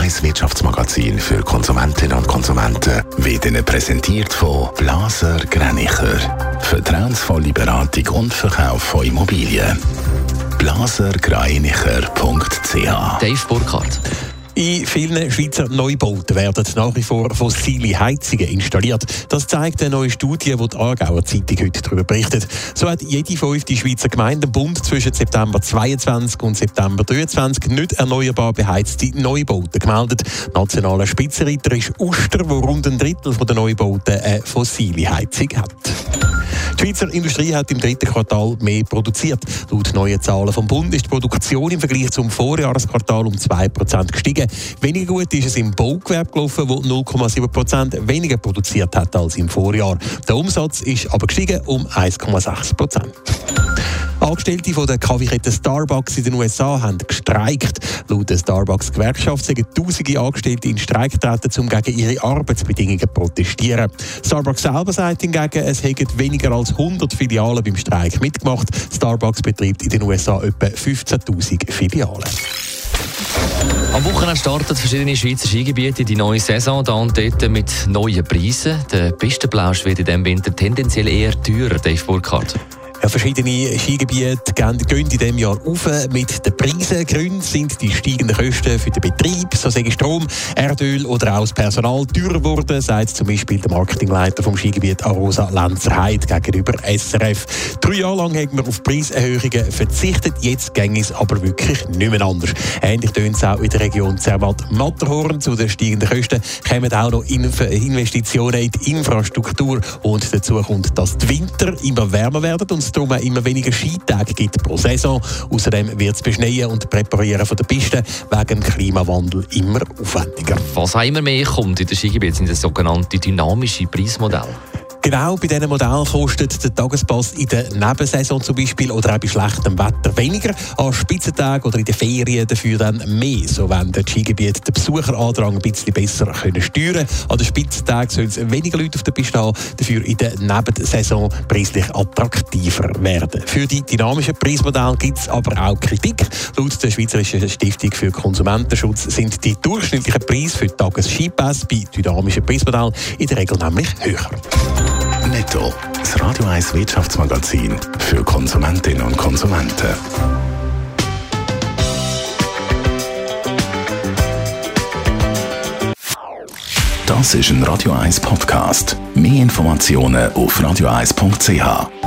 1 Wirtschaftsmagazin für Konsumentinnen und Konsumenten wird Ihnen präsentiert von Blaser Greinicher. Vertrauensvolle Beratung und Verkauf von Immobilien. blasergreinicher.ch. Dave Burkhardt. In vielen Schweizer Neubauten werden nach wie vor fossile Heizungen installiert. Das zeigt eine neue Studie, die die Aargauer Zeitung heute darüber berichtet. So hat jede 5. Schweizer Gemeinde im Bund zwischen September 22 und September 23 nicht erneuerbar beheizte Neubauten gemeldet. Nationaler Spitzenreiter ist Uster, wo rund ein Drittel der Neubauten eine fossile Heizung hat. Die Schweizer Industrie hat im 3. Quartal mehr produziert. Laut neuen Zahlen vom Bund ist die Produktion im Vergleich zum Vorjahresquartal um 2% gestiegen. Weniger gut ist es im Baugewerbe gelaufen, wo 0,7% weniger produziert hat als im Vorjahr. Der Umsatz ist aber gestiegen um 1,6%. Angestellte von der Kaffeekette Starbucks in den USA haben gestreikt. Laut der Starbucks-Gewerkschaft sind tausende Angestellte in Streik getreten, um gegen ihre Arbeitsbedingungen zu protestieren. Starbucks selber sagt hingegen, es hätten weniger als 100 Filialen beim Streik mitgemacht. Starbucks betreibt in den USA etwa 15'000 Filialen. Am Wochenende starten verschiedene Schweizer Skigebiete in die neue Saison, da und dort mit neuen Preisen. Der Pistenplausch wird in diesem Winter tendenziell eher teurer, Dave Burkhardt. Ja, verschiedene Skigebiete gehen in diesem Jahr auf mit den Preisen. Gründe sind die steigenden Kosten für den Betrieb, so sagen Strom, Erdöl oder auch das Personal teurer geworden, sagt zum Beispiel der Marketingleiter vom Skigebiet Arosa Lenzerheide gegenüber SRF. 3 Jahre lang haben wir auf Preiserhöhungen verzichtet, jetzt ginge es aber wirklich nicht mehr anders. Ähnlich tönt es auch in der Region Zermatt-Matterhorn. Zu den steigenden Kosten kommen auch noch Investitionen in die Infrastruktur und dazu kommt, dass die Winter immer wärmer werden und es darum immer weniger Skitage gibt pro Saison. Außerdem wird das Beschneien und Präparieren von der Pisten wegen dem Klimawandel immer aufwendiger. Was auch immer mehr kommt in den Skigebieten, sind das sogenannte dynamische Preismodelle. Genau, bei diesem Modell kostet der Tagespass in der Nebensaison zum Beispiel oder auch bei schlechtem Wetter weniger, an Spitzentagen oder in den Ferien dafür dann mehr. So wollen die Skigebiete den Besucherandrang ein bisschen besser können steuern. An den Spitzentagen sollen es weniger Leute auf der Piste haben, dafür in der Nebensaison preislich attraktiver werden. Für die dynamischen Preismodelle gibt es aber auch Kritik. Laut der Schweizerischen Stiftung für Konsumentenschutz sind die durchschnittlichen Preise für Tagesskipässe bei dynamischen Preismodellen in der Regel nämlich höher. Netto, das Radio 1 Wirtschaftsmagazin für Konsumentinnen und Konsumenten. Das ist ein Radio 1 Podcast. Mehr Informationen auf radio1.ch.